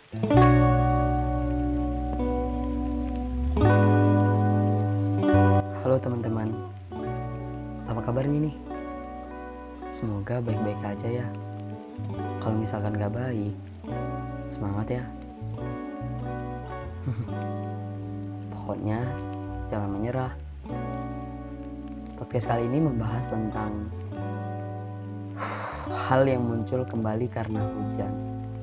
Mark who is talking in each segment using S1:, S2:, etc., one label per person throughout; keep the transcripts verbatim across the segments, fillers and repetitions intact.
S1: Halo teman-teman, apa kabarnya nih? Semoga baik-baik aja ya. Kalau misalkan gak baik, semangat ya. Pokoknya jangan menyerah. Podcast kali ini membahas tentang hal yang muncul kembali karena hujan.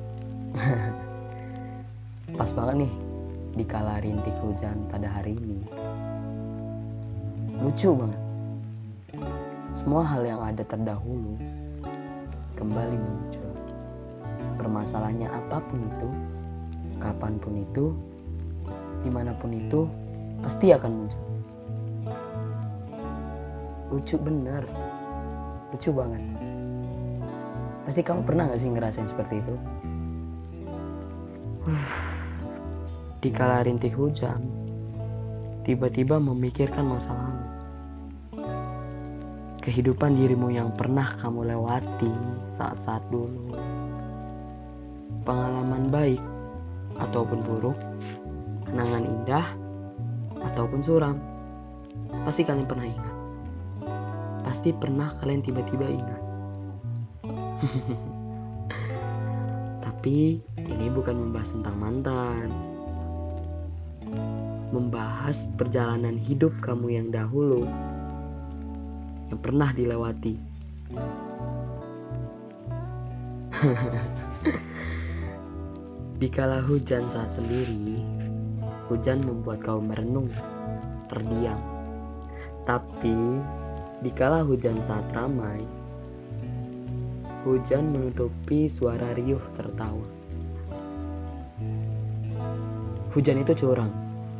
S1: Pas banget nih dikala rintik hujan pada hari ini. Lucu banget. Semua hal yang ada terdahulu kembali muncul. Permasalahannya apapun itu, kapanpun itu, dimanapun itu, pasti akan muncul. Lucu bener. Lucu banget. Pasti kamu pernah gak sih ngerasain seperti itu? Dikala rintik hujan, tiba-tiba memikirkan masa lalu. Kehidupan dirimu yang pernah kamu lewati saat-saat dulu. Pengalaman baik ataupun buruk, kenangan indah ataupun suram. Pasti kalian pernah ingat. Pasti pernah kalian tiba-tiba ingat. Tapi ini bukan membahas tentang mantan. Membahas perjalanan hidup kamu yang dahulu, yang pernah dilewati. Dikala hujan saat sendiri, hujan membuat kau merenung, terdiam. Tapi dikala hujan saat ramai, hujan menutupi suara riuh tertawa. Hujan itu curang.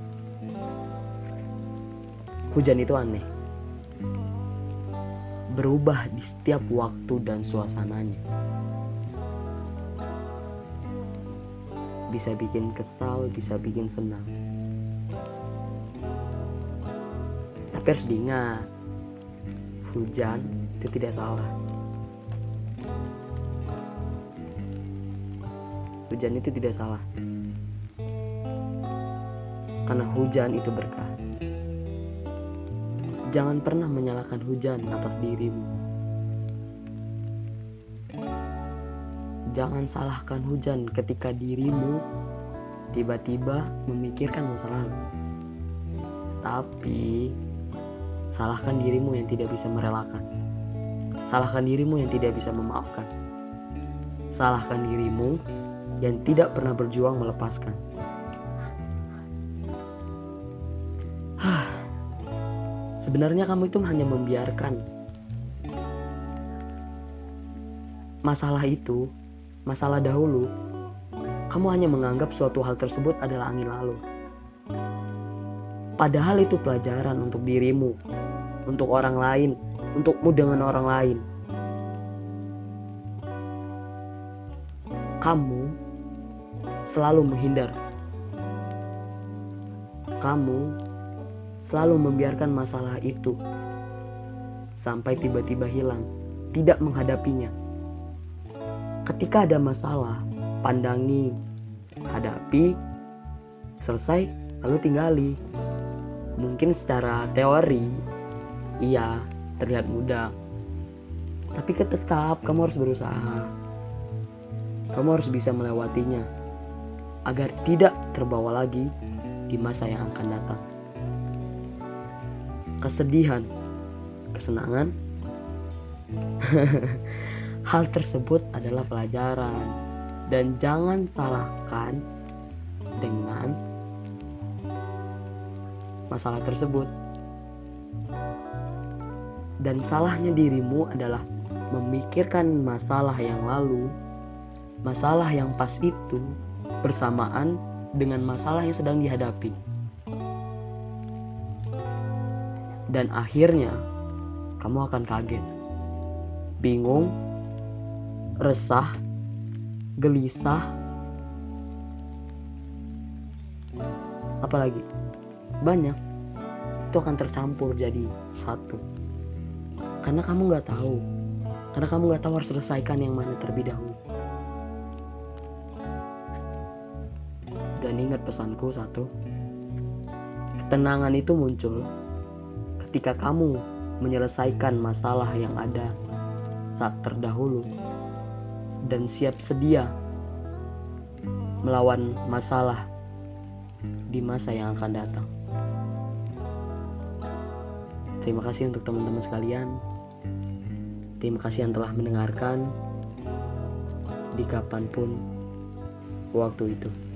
S1: Hujan itu aneh. Berubah di setiap waktu dan suasananya. Bisa bikin kesal, bisa bikin senang. Tapi harus diingat, hujan itu tidak salah. Hujan itu tidak salah. Karena hujan itu berkah. Jangan pernah menyalahkan hujan atas dirimu. Jangan salahkan hujan ketika dirimu tiba-tiba memikirkan masa lalu. Tapi salahkan dirimu yang tidak bisa merelakan. Salahkan dirimu yang tidak bisa memaafkan. Salahkan dirimu yang tidak pernah berjuang melepaskan. Sebenarnya kamu itu hanya membiarkan masalah itu, masalah dahulu. Kamu hanya menganggap suatu hal tersebut adalah angin lalu. Padahal itu pelajaran untuk dirimu, untuk orang lain, untukmu dengan orang lain. Kamu selalu menghindar. Kamu selalu membiarkan masalah itu sampai tiba-tiba hilang, tidak menghadapinya. Ketika ada masalah, pandangi, hadapi, selesai, lalu tinggali. Mungkin secara teori, iya, terlihat mudah. Tapi tetap kamu harus berusaha. Kamu harus bisa melewatinya agar tidak terbawa lagi di masa yang akan datang. Kesedihan, kesenangan, hal tersebut adalah pelajaran. Dan jangan salahkan dengan masalah tersebut. Dan salahnya dirimu adalah memikirkan masalah yang lalu, masalah yang pas itu bersamaan dengan masalah yang sedang dihadapi. Dan akhirnya kamu akan kaget, bingung, resah, gelisah, apalagi banyak. Itu akan tercampur jadi satu. Karena kamu gak tahu, karena kamu gak tahu harus selesaikan yang mana terlebih dahulu. Dan ingat pesanku satu, ketenangan itu muncul ketika kamu menyelesaikan masalah yang ada saat terdahulu dan siap sedia melawan masalah di masa yang akan datang. Terima kasih untuk teman-teman sekalian. Terima kasih yang telah mendengarkan di kapanpun waktu itu.